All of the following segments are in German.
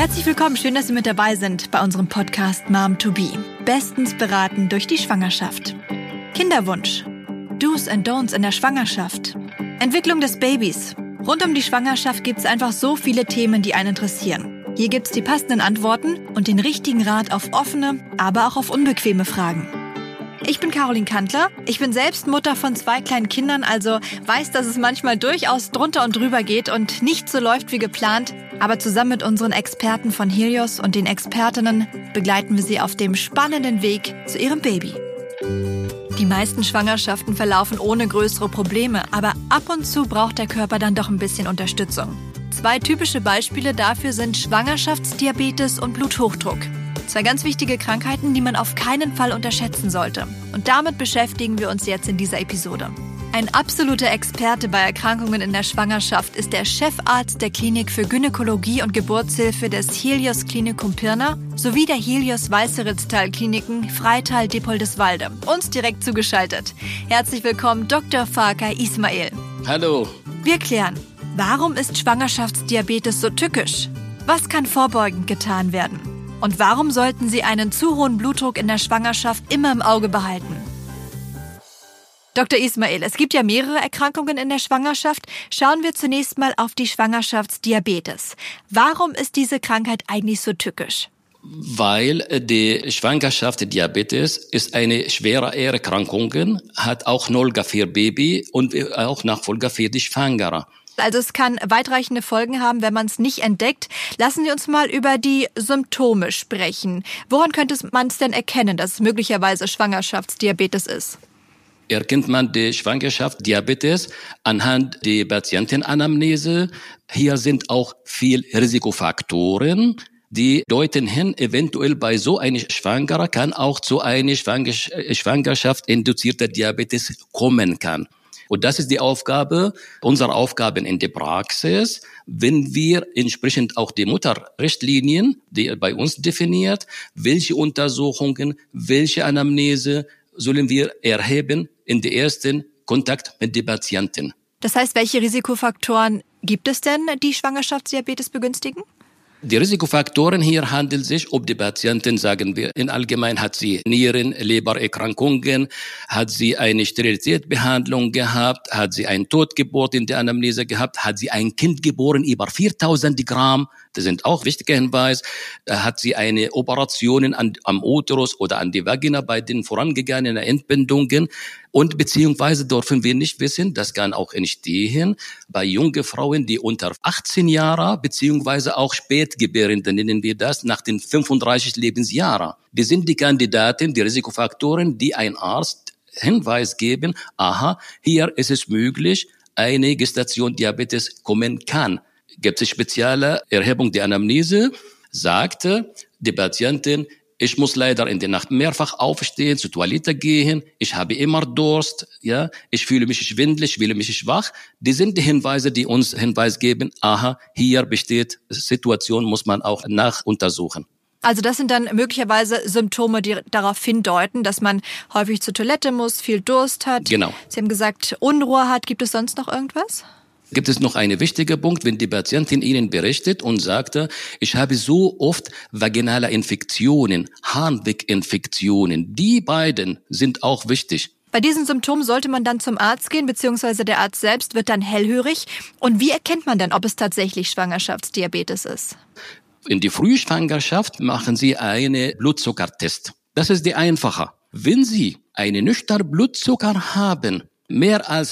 Herzlich willkommen, schön, dass Sie mit dabei sind bei unserem Podcast Mom to Be. Bestens beraten durch die Schwangerschaft. Kinderwunsch. Do's and Don'ts in der Schwangerschaft. Entwicklung des Babys. Rund um die Schwangerschaft gibt es einfach so viele Themen, die einen interessieren. Hier gibt es die passenden Antworten und den richtigen Rat auf offene, aber auch auf unbequeme Fragen. Ich bin Caroline Kantler. Ich bin selbst Mutter von 2 kleinen Kindern, also weiß, dass es manchmal durchaus drunter und drüber geht und nicht so läuft wie geplant. Aber zusammen mit unseren Experten von Helios und den Expertinnen begleiten wir sie auf dem spannenden Weg zu ihrem Baby. Die meisten Schwangerschaften verlaufen ohne größere Probleme, aber ab und zu braucht der Körper dann doch ein bisschen Unterstützung. 2 typische Beispiele dafür sind Schwangerschaftsdiabetes und Bluthochdruck. 2 ganz wichtige Krankheiten, die man auf keinen Fall unterschätzen sollte. Und damit beschäftigen wir uns jetzt in dieser Episode. Ein absoluter Experte bei Erkrankungen in der Schwangerschaft ist der Chefarzt der Klinik für Gynäkologie und Geburtshilfe des Helios Klinikum Pirna sowie der Helios Weißeritztal Kliniken Freital-Dippoldiswalde. Uns direkt zugeschaltet. Herzlich willkommen, Dr. Farka Ismail. Hallo. Wir klären, warum ist Schwangerschaftsdiabetes so tückisch? Was kann vorbeugend getan werden? Und warum sollten Sie einen zu hohen Blutdruck in der Schwangerschaft immer im Auge behalten? Dr. Ismail, es gibt ja mehrere Erkrankungen in der Schwangerschaft. Schauen wir zunächst mal auf die Schwangerschaftsdiabetes. Warum ist diese Krankheit eigentlich so tückisch? Weil die Schwangerschaftsdiabetes ist eine schwere Erkrankung, hat auch Folgen für Baby und auch Nachfolger für die Schwangere. Also es kann weitreichende Folgen haben, wenn man es nicht entdeckt. Lassen Sie uns mal über die Symptome sprechen. Woran könnte man es denn erkennen, dass es möglicherweise Schwangerschaftsdiabetes ist? Erkennt man die Schwangerschaftsdiabetes anhand der Patientenanamnese. Hier sind auch viele Risikofaktoren, die deuten hin, eventuell bei so einer Schwangere kann auch zu einer Schwangerschaft induzierter Diabetes kommen kann. Und das ist die Aufgabe, unsere Aufgaben in der Praxis, wenn wir entsprechend auch die Mutterrichtlinien, die bei uns definiert, welche Untersuchungen, welche Anamnese sollen wir erheben in den ersten Kontakt mit den Patienten. Das heißt, welche Risikofaktoren gibt es denn, die Schwangerschaftsdiabetes begünstigen? Die Risikofaktoren hier handelt sich, ob die Patientin, sagen wir, in allgemein hat sie Nieren-, Lebererkrankungen, hat sie eine Sterilitätsbehandlung gehabt, hat sie eine Totgeburt in der Anamnese gehabt, hat sie ein Kind geboren über 4000 Gramm, das sind auch wichtige Hinweise, hat sie eine Operation am Uterus oder an die Vagina bei den vorangegangenen Entbindungen und beziehungsweise dürfen wir nicht wissen, das kann auch entstehen bei jungen Frauen, die unter 18 Jahre beziehungsweise auch Spätgebärende, nennen wir das, nach den 35 Lebensjahren. Die sind die Kandidaten, die Risikofaktoren, die ein Arzt Hinweis geben, aha, hier ist es möglich, eine Gestation Diabetes kommen kann. Gibt es spezielle Erhebung der Anamnese, sagte die Patientin, ich muss leider in der Nacht mehrfach aufstehen, zur Toilette gehen, ich habe immer Durst, ja, ich fühle mich schwindelig, ich fühle mich schwach. Die sind die Hinweise, die uns Hinweis geben, aha, hier besteht Situation, muss man auch nachuntersuchen. Also das sind dann möglicherweise Symptome, die darauf hindeuten, dass man häufig zur Toilette muss, viel Durst hat. Genau. Sie haben gesagt, Unruhe hat. Gibt es sonst noch irgendwas? Gibt es noch einen wichtigen Punkt, wenn die Patientin Ihnen berichtet und sagte, ich habe so oft vaginale Infektionen, Harnweginfektionen. Die beiden sind auch wichtig. Bei diesen Symptomen sollte man dann zum Arzt gehen, beziehungsweise der Arzt selbst wird dann hellhörig. Und wie erkennt man denn, ob es tatsächlich Schwangerschaftsdiabetes ist? In die Frühschwangerschaft machen Sie einen Blutzuckertest. Das ist die einfache. Wenn Sie einen nüchternen Blutzucker haben, mehr als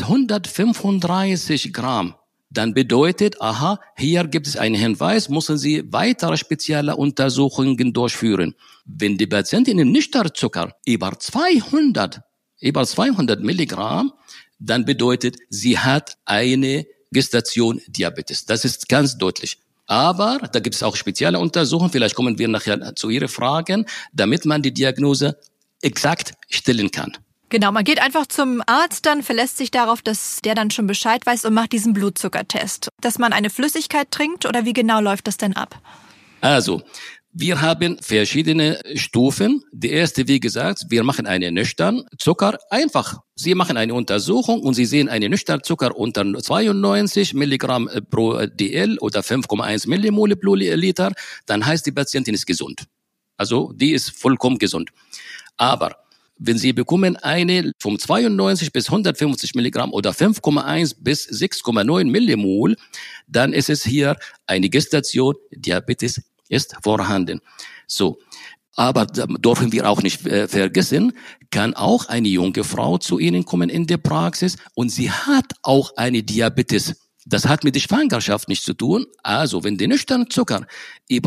135 Gramm, dann bedeutet, aha, hier gibt es einen Hinweis, müssen Sie weitere spezielle Untersuchungen durchführen. Wenn die Patientin im Nüchternzucker über 200 Milligramm, dann bedeutet, sie hat eine Gestation Diabetes. Das ist ganz deutlich. Aber da gibt es auch spezielle Untersuchungen, vielleicht kommen wir nachher zu Ihren Fragen, damit man die Diagnose exakt stellen kann. Genau, man geht einfach zum Arzt, dann verlässt sich darauf, dass der dann schon Bescheid weiß und macht diesen Blutzuckertest. Dass man eine Flüssigkeit trinkt oder wie genau läuft das denn ab? Also, Wir haben verschiedene Stufen. Die erste, wie gesagt, wir machen eine nüchtern Zucker. Einfach. Sie machen eine Untersuchung und Sie sehen einen nüchtern Zucker unter 92 Milligramm pro DL oder 5,1 Millimol pro Liter. Dann heißt die Patientin ist gesund. Also die ist vollkommen gesund. Aber wenn Sie bekommen eine vom 92 bis 150 Milligramm oder 5,1 bis 6,9 Millimol, dann ist es hier eine Gestation, Diabetes ist vorhanden. So. Aber da dürfen wir auch nicht vergessen, kann auch eine junge Frau zu Ihnen kommen in der Praxis und sie hat auch eine Diabetes. Das hat mit der Schwangerschaft nichts zu tun. Also, wenn der nüchterne Zucker über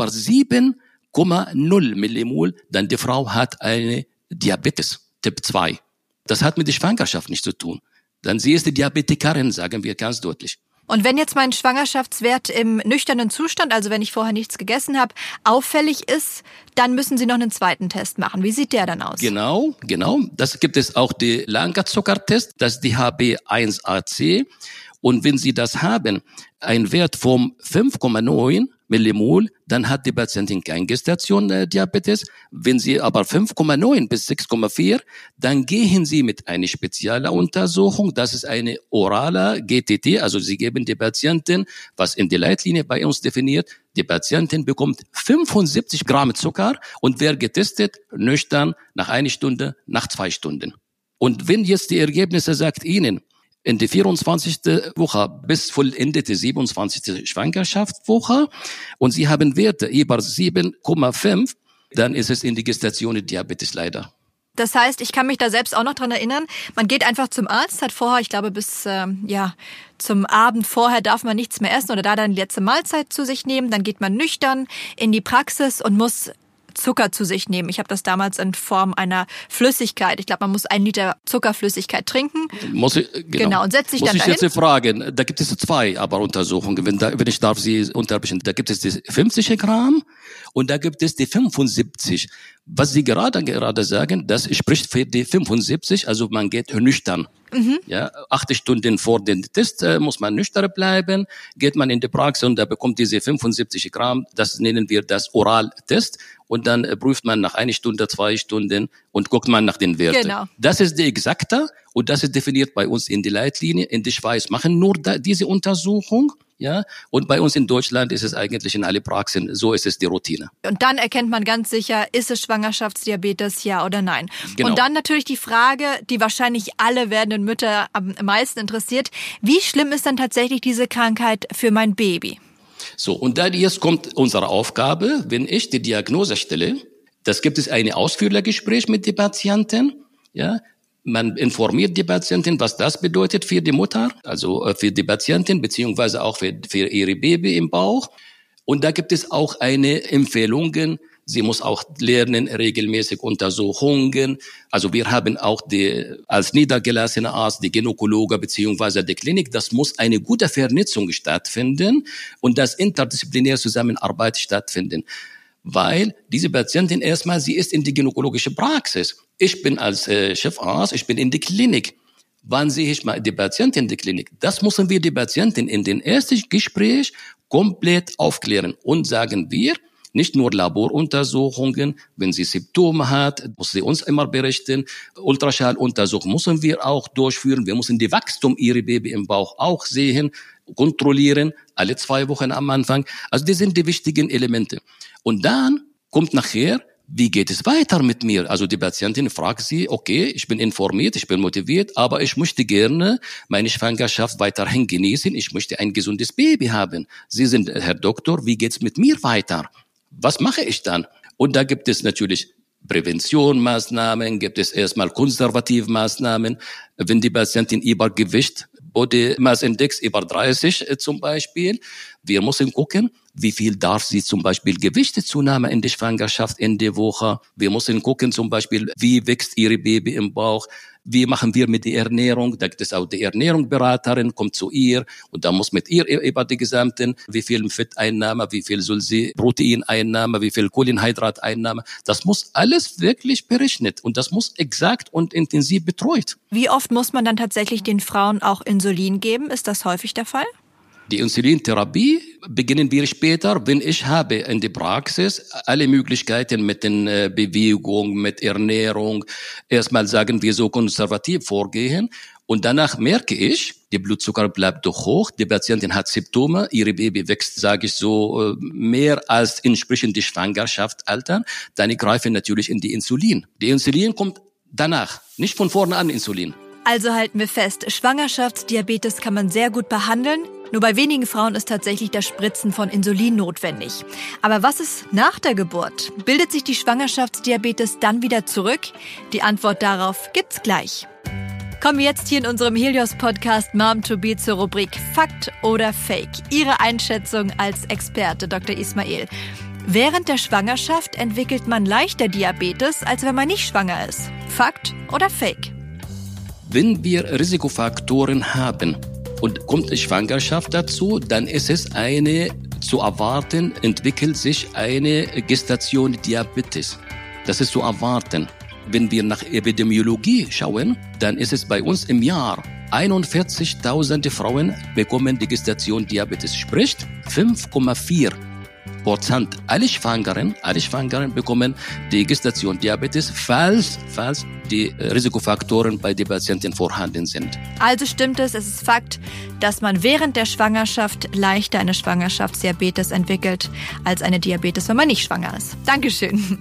7,0 Millimol, dann die Frau hat eine Diabetes, Typ 2. Das hat mit der Schwangerschaft nichts zu tun. Dann sie ist die Diabetikerin, sagen wir ganz deutlich. Und wenn jetzt mein Schwangerschaftswert im nüchternen Zustand, also wenn ich vorher nichts gegessen habe, auffällig ist, dann müssen Sie noch einen zweiten Test machen. Wie sieht der dann aus? Genau. Das gibt es auch die Langerzuckertest, das ist die HB1AC. Und wenn Sie das haben, ein Wert vom 5,9 Millimol, dann hat die Patientin keine Gestation-Diabetes. Wenn Sie aber 5,9 bis 6,4, dann gehen Sie mit einer speziellen Untersuchung. Das ist eine orale GTT. Also Sie geben die Patientin, was in der Leitlinie bei uns definiert, die Patientin bekommt 75 Gramm Zucker und wird getestet, nüchtern, nach 1 Stunde, nach 2 Stunden. Und wenn jetzt die Ergebnisse sagt Ihnen, in der 24. Woche bis vollendete 27. Schwangerschaftswoche und Sie haben Werte über 7,5, dann ist es in die Gestation Diabetes leider. Das heißt, ich kann mich da selbst auch noch dran erinnern, man geht einfach zum Arzt, hat vorher, ich glaube bis zum Abend vorher darf man nichts mehr essen oder da dann die letzte Mahlzeit zu sich nehmen, dann geht man nüchtern in die Praxis und muss Zucker zu sich nehmen. Ich habe das damals in Form einer Flüssigkeit. Ich glaube, man muss 1 Liter Zuckerflüssigkeit trinken. Genau. Und setzt sich dann dahin. Muss ich jetzt fragen, da gibt es 2 aber Untersuchungen, wenn ich darf Sie unterbrechen. Da gibt es die 50 Gramm und da gibt es die 75. Was Sie gerade sagen, das spricht für die 75, also man geht nüchtern. Ja, 8 Stunden vor dem Test muss man nüchtern bleiben, geht man in die Praxis und da bekommt diese 75 Gramm, das nennen wir das Oraltest und dann prüft man nach 1 Stunde, 2 Stunden und guckt man nach den Werten. Genau. Das ist die exakte und das ist definiert bei uns in die Leitlinie. In der Schweiz machen nur diese Untersuchung. Ja, und bei uns in Deutschland ist es eigentlich in alle Praxen, so ist es die Routine. Und dann erkennt man ganz sicher, ist es Schwangerschaftsdiabetes, ja oder nein. Genau. Und dann natürlich die Frage, die wahrscheinlich alle werdenden Mütter am meisten interessiert, wie schlimm ist dann tatsächlich diese Krankheit für mein Baby? So, und dann jetzt kommt unsere Aufgabe, wenn ich die Diagnose stelle, das gibt es ein Ausführergespräch mit den Patienten, ja. Man informiert die Patientin, was das bedeutet für die Mutter, also für die Patientin, beziehungsweise auch für ihre Baby im Bauch. Und da gibt es auch eine Empfehlungen. Sie muss auch lernen, regelmäßig Untersuchungen. Also wir haben auch als niedergelassener Arzt, die Gynäkologe beziehungsweise die Klinik, das muss eine gute Vernetzung stattfinden und das interdisziplinäre Zusammenarbeit stattfinden. Weil diese Patientin erstmal, sie ist in die gynäkologische Praxis. Ich bin als Chefarzt, ich bin in die Klinik. Wann sehe ich mal die Patientin in die Klinik? Das müssen wir die Patientin in den ersten Gespräch komplett aufklären und sagen wir, nicht nur Laboruntersuchungen, wenn sie Symptome hat, muss sie uns immer berichten. Ultraschalluntersuchungen müssen wir auch durchführen. Wir müssen die Wachstum ihrer Baby im Bauch auch sehen, kontrollieren, alle 2 Wochen am Anfang. Also das sind die wichtigen Elemente. Und dann kommt nachher, wie geht es weiter mit mir? Also die Patientin fragt sie, okay, ich bin informiert, ich bin motiviert, aber ich möchte gerne meine Schwangerschaft weiterhin genießen. Ich möchte ein gesundes Baby haben. Sie sind, Herr Doktor, wie geht's mit mir weiter? Was mache ich dann? Und da gibt es natürlich Präventionsmaßnahmen, gibt es erstmal konservative Maßnahmen. Wenn die Patientin Übergewicht, Body Mass Index über 30 zum Beispiel, wir müssen gucken, wie viel darf sie zum Beispiel Gewichtezunahme in der Schwangerschaft in der Woche. Wir müssen gucken zum Beispiel, wie wächst ihre Baby im Bauch. Wie machen wir mit der Ernährung? Da gibt es auch die Ernährungsberaterin, kommt zu ihr und da muss mit ihr über die gesamten, wie viel Fetteinnahme, wie viel soll sie Proteineinnahme, wie viel Kohlenhydrateinnahme. Das muss alles wirklich berechnet und das muss exakt und intensiv betreut. Wie oft muss man dann tatsächlich den Frauen auch Insulin geben? Ist das häufig der Fall? Die Insulintherapie beginnen wir später, wenn ich habe in der Praxis alle Möglichkeiten mit den Bewegung, mit Ernährung, erstmal sagen wir so konservativ vorgehen und danach merke ich, der Blutzucker bleibt doch hoch, die Patientin hat Symptome, ihre Baby wächst, sage ich so, mehr als entsprechend die Schwangerschaftsalter, dann greifen natürlich in die Insulin. Die Insulin kommt danach, nicht von vorne an Insulin. Also halten wir fest, Schwangerschaftsdiabetes kann man sehr gut behandeln. Nur bei wenigen Frauen ist tatsächlich das Spritzen von Insulin notwendig. Aber was ist nach der Geburt? Bildet sich die Schwangerschaftsdiabetes dann wieder zurück? Die Antwort darauf gibt's gleich. Kommen wir jetzt hier in unserem Helios-Podcast Mom to Be zur Rubrik Fakt oder Fake. Ihre Einschätzung als Experte, Dr. Ismail. Während der Schwangerschaft entwickelt man leichter Diabetes, als wenn man nicht schwanger ist. Fakt oder Fake? Wenn wir Risikofaktoren haben und kommt die Schwangerschaft dazu, dann ist es zu erwarten, entwickelt sich eine Gestation Diabetes. Das ist zu erwarten. Wenn wir nach Epidemiologie schauen, dann ist es bei uns im Jahr 41.000 Frauen bekommen die Gestation Diabetes. Sprich 5,4% alle Schwangeren bekommen die Gestation Diabetes, falls die Risikofaktoren bei den Patienten vorhanden sind. Also stimmt es ist Fakt, dass man während der Schwangerschaft leichter eine Schwangerschaftsdiabetes entwickelt, als eine Diabetes, wenn man nicht schwanger ist. Dankeschön.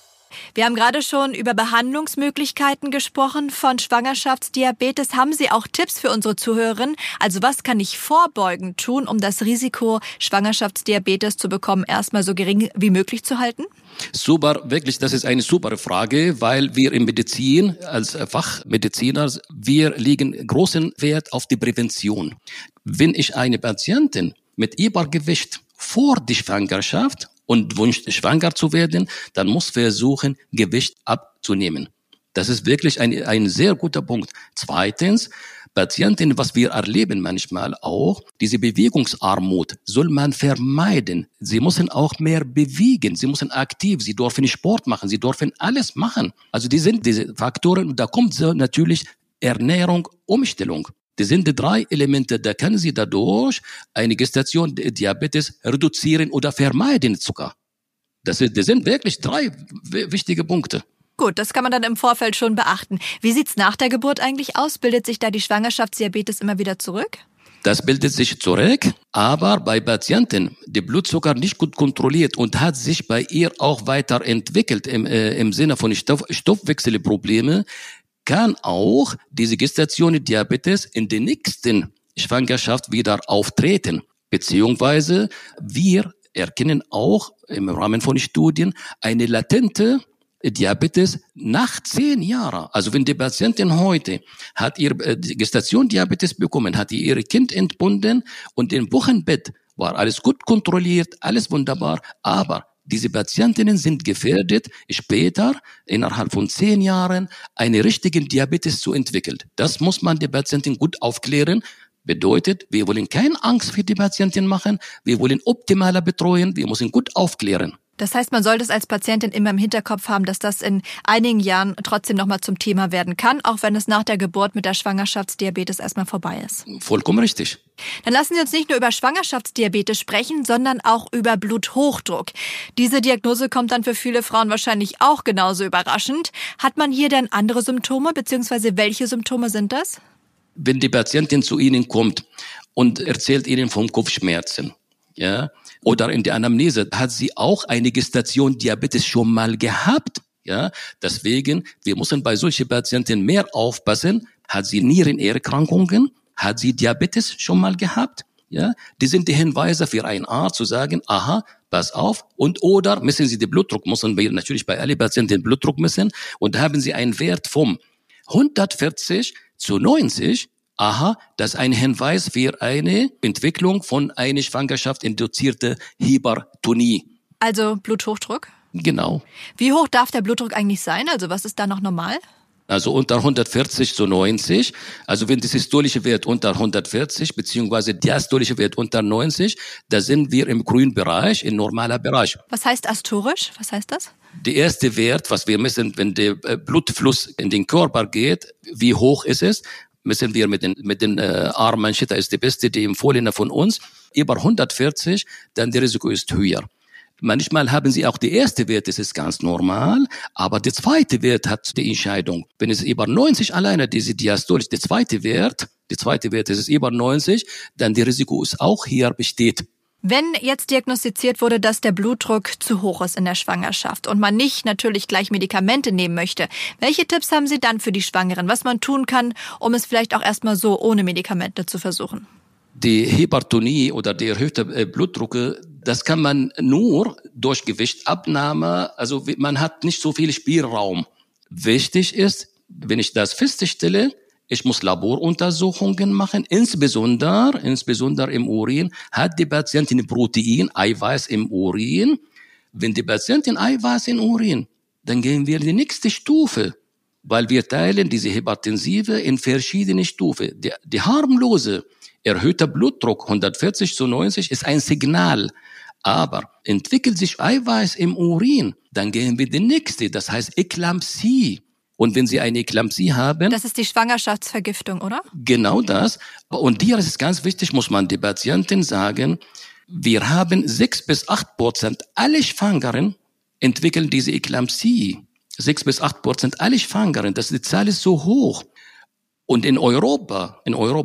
Wir haben gerade schon über Behandlungsmöglichkeiten gesprochen von Schwangerschaftsdiabetes. Haben Sie auch Tipps für unsere Zuhörerinnen? Also was kann ich vorbeugend tun, um das Risiko, Schwangerschaftsdiabetes zu bekommen, erstmal so gering wie möglich zu halten? Super, wirklich, das ist eine super Frage, weil wir in Medizin, als Fachmediziner, wir legen großen Wert auf die Prävention. Wenn ich eine Patientin mit Übergewicht vor der Schwangerschaft und wünscht, schwanger zu werden, dann muss versuchen, Gewicht abzunehmen. Das ist wirklich ein sehr guter Punkt. Zweitens, Patienten, was wir erleben manchmal auch, diese Bewegungsarmut soll man vermeiden. Sie müssen auch mehr bewegen, sie müssen aktiv, sie dürfen Sport machen, sie dürfen alles machen. Also die sind diese Faktoren und da kommt so natürlich Ernährung, Umstellung. Das sind die 3 Elemente, da können Sie dadurch eine Gestation Diabetes reduzieren oder vermeiden Zucker. Das sind wirklich 3 wichtige Punkte. Gut, das kann man dann im Vorfeld schon beachten. Wie sieht's nach der Geburt eigentlich aus? Bildet sich da die Schwangerschaftsdiabetes immer wieder zurück? Das bildet sich zurück, aber bei Patienten, die Blutzucker nicht gut kontrolliert und hat sich bei ihr auch weiterentwickelt im Sinne von Stoffwechselprobleme, kann auch diese Gestation Diabetes in der nächsten Schwangerschaft wieder auftreten. Beziehungsweise wir erkennen auch im Rahmen von Studien eine latente Diabetes nach 10 Jahren. Also wenn die Patientin heute hat ihr Gestation Diabetes bekommen, hat ihr Kind entbunden und im Wochenbett war alles gut kontrolliert, alles wunderbar, aber diese Patientinnen sind gefährdet, später innerhalb von 10 Jahren einen richtigen Diabetes zu entwickeln. Das muss man der Patientin gut aufklären. Bedeutet, wir wollen keine Angst für die Patientin machen, wir wollen optimaler betreuen, wir müssen gut aufklären. Das heißt, man sollte es als Patientin immer im Hinterkopf haben, dass das in einigen Jahren trotzdem nochmal zum Thema werden kann, auch wenn es nach der Geburt mit der Schwangerschaftsdiabetes erstmal vorbei ist. Vollkommen richtig. Dann lassen Sie uns nicht nur über Schwangerschaftsdiabetes sprechen, sondern auch über Bluthochdruck. Diese Diagnose kommt dann für viele Frauen wahrscheinlich auch genauso überraschend. Hat man hier denn andere Symptome, beziehungsweise welche Symptome sind das? Wenn die Patientin zu Ihnen kommt und erzählt Ihnen von Kopfschmerzen, ja, oder in der Anamnese hat sie auch eine Gestation Diabetes schon mal gehabt, ja, deswegen, wir müssen bei solchen Patienten mehr aufpassen. Hat sie Nierenerkrankungen? Hat sie Diabetes schon mal gehabt? Ja, die sind die Hinweise für einen Arzt zu sagen, aha, pass auf, oder messen Sie den Blutdruck, müssen wir natürlich bei allen Patienten den Blutdruck messen und haben Sie einen Wert vom 140 zu 90, aha, das ist ein Hinweis für eine Entwicklung von einer Schwangerschaft induzierte Hypertonie. Also Bluthochdruck? Genau. Wie hoch darf der Blutdruck eigentlich sein? Also was ist da noch normal? Also unter 140 zu 90. Also wenn der systolische Wert unter 140 beziehungsweise diastolische Wert unter 90, da sind wir im grünen Bereich, im normalen Bereich. Was heißt astorisch? Was heißt das? Der erste Wert, was wir messen, wenn der Blutfluss in den Körper geht, wie hoch ist es? müssen wir mit den Armmanschetta ist die beste, die empfohlene von uns, über 140, dann das Risiko ist höher. Manchmal haben sie auch die erste Wert, das ist ganz normal, aber der zweite Wert hat die Entscheidung. Wenn es über 90 alleine, diese diastolisch, der zweite Wert, das ist über 90, dann das Risiko ist auch hier besteht. Wenn jetzt diagnostiziert wurde, dass der Blutdruck zu hoch ist in der Schwangerschaft und man nicht natürlich gleich Medikamente nehmen möchte, welche Tipps haben Sie dann für die Schwangeren, was man tun kann, um es vielleicht auch erstmal so ohne Medikamente zu versuchen? Die Hypertonie oder der erhöhte Blutdruck, das kann man nur durch Gewichtabnahme, also man hat nicht so viel Spielraum. Wichtig ist, wenn ich das feststelle, ich muss Laboruntersuchungen machen, insbesondere im Urin, hat die Patientin Protein, Eiweiß im Urin. Wenn die Patientin Eiweiß im Urin, dann gehen wir in die nächste Stufe, weil wir teilen diese Hypertensive in verschiedene Stufen. Die harmlose, erhöhter Blutdruck 140/90 ist ein Signal. Aber entwickelt sich Eiweiß im Urin, dann gehen wir in die nächste, das heißt Eklampsie. Und wenn Sie eine Eklampsie haben... Das ist die Schwangerschaftsvergiftung, oder? Genau das. Und hier ist es ganz wichtig, muss man der Patientin sagen, wir haben 6-8% aller Schwangeren entwickeln diese Eklampsie. 6-8% aller Schwangeren, die Zahl ist so hoch. Und in Europa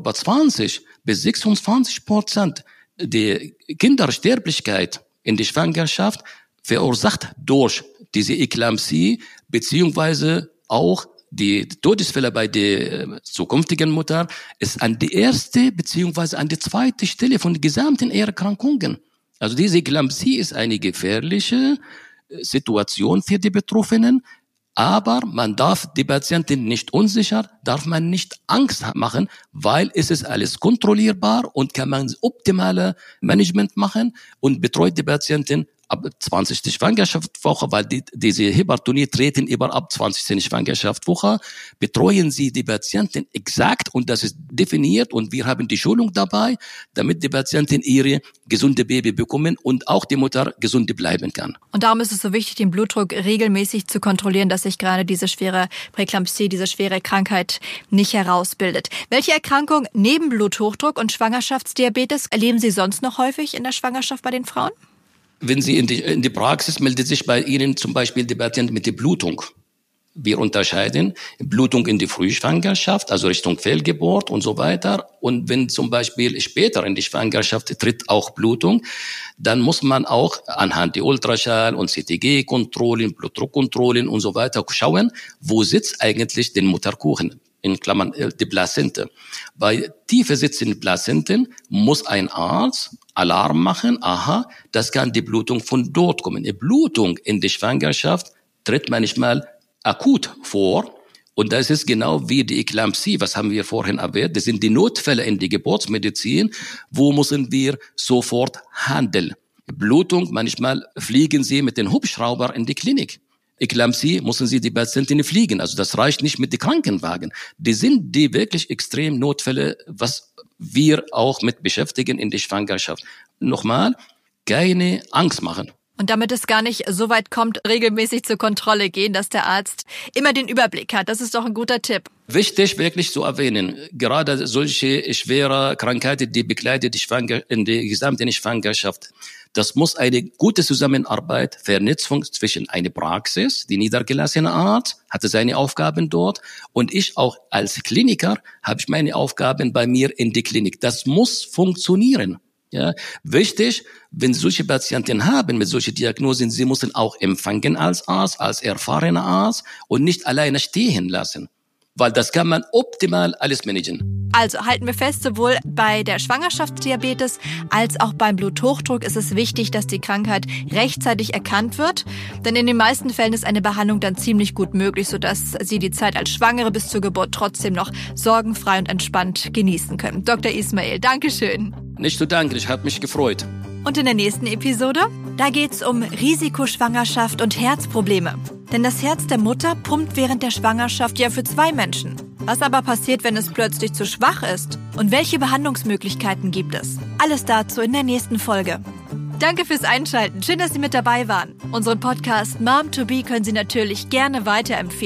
20-26% die Kindersterblichkeit in der Schwangerschaft verursacht durch diese Eklampsie, beziehungsweise auch die Todesfälle bei der zukünftigen Mutter ist an die erste beziehungsweise an die zweite Stelle von den gesamten Erkrankungen. Also diese Eklampsie ist eine gefährliche Situation für die Betroffenen, aber man darf die Patientin nicht unsicher, darf man nicht Angst machen, weil es ist alles kontrollierbar und kann man optimale Management machen und betreut die Patientin ab 20. Schwangerschaftswoche, weil diese Hypertonie treten immer ab 20. Schwangerschaftswoche, betreuen Sie die Patientin exakt und das ist definiert und wir haben die Schulung dabei, damit die Patientin ihre gesunde Baby bekommen und auch die Mutter gesund bleiben kann. Und darum ist es so wichtig, den Blutdruck regelmäßig zu kontrollieren, dass sich gerade diese schwere Präeklampsie, diese schwere Krankheit nicht herausbildet. Welche Erkrankung neben Bluthochdruck und Schwangerschaftsdiabetes erleben Sie sonst noch häufig in der Schwangerschaft bei den Frauen? Wenn Sie in die Praxis meldet sich bei Ihnen zum Beispiel die Patientin mit der Blutung. Wir unterscheiden Blutung in die Frühschwangerschaft, also Richtung Fehlgeburt und so weiter. Und wenn zum Beispiel später in die Schwangerschaft tritt auch Blutung, dann muss man auch anhand der Ultraschall- und CTG-Kontrollen, Blutdruckkontrollen und so weiter schauen, wo sitzt eigentlich der Mutterkuchen, in Klammern die Plazente. Bei tiefer sitzenden Plazenten muss ein Arzt Alarm machen, aha, das kann die Blutung von dort kommen. Die Blutung in der Schwangerschaft tritt manchmal akut vor und das ist genau wie die Eklampsie, was haben wir vorhin erwähnt, das sind die Notfälle in der Geburtsmedizin, wo müssen wir sofort handeln. Blutung, manchmal fliegen Sie mit dem Hubschrauber in die Klinik. Eklampsie müssen Sie die Patientin fliegen, also das reicht nicht mit den Krankenwagen. Die sind die wirklich extrem Notfälle, was wir auch mit beschäftigen in der Schwangerschaft. Nochmal, keine Angst machen. Und damit es gar nicht so weit kommt, regelmäßig zur Kontrolle gehen, dass der Arzt immer den Überblick hat. Das ist doch ein guter Tipp. Wichtig wirklich zu erwähnen, gerade solche schwere Krankheiten, die begleitet in der gesamten Schwangerschaft. Das muss eine gute Zusammenarbeit, Vernetzung zwischen einer Praxis, die niedergelassene Arzt hatte seine Aufgaben dort und ich auch als Kliniker habe ich meine Aufgaben bei mir in der Klinik. Das muss funktionieren. Ja, wichtig, wenn solche Patienten haben mit solchen Diagnosen, sie müssen auch empfangen als Arzt, als erfahrener Arzt und nicht alleine stehen lassen. Weil das kann man optimal alles managen. Also halten wir fest, sowohl bei der Schwangerschaftsdiabetes als auch beim Bluthochdruck ist es wichtig, dass die Krankheit rechtzeitig erkannt wird. Denn in den meisten Fällen ist eine Behandlung dann ziemlich gut möglich, sodass Sie die Zeit als Schwangere bis zur Geburt trotzdem noch sorgenfrei und entspannt genießen können. Dr. Ismail, Dankeschön. Nicht zu danken, ich habe mich gefreut. Und in der nächsten Episode, da geht's um Risikoschwangerschaft und Herzprobleme. Denn das Herz der Mutter pumpt während der Schwangerschaft ja für 2 Menschen. Was aber passiert, wenn es plötzlich zu schwach ist? Und welche Behandlungsmöglichkeiten gibt es? Alles dazu in der nächsten Folge. Danke fürs Einschalten. Schön, dass Sie mit dabei waren. Unseren Podcast Mom to Be können Sie natürlich gerne weiterempfehlen.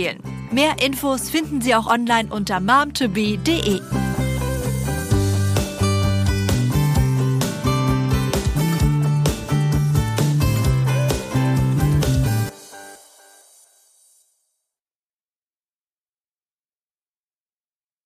Mehr Infos finden Sie auch online unter momtobe.de.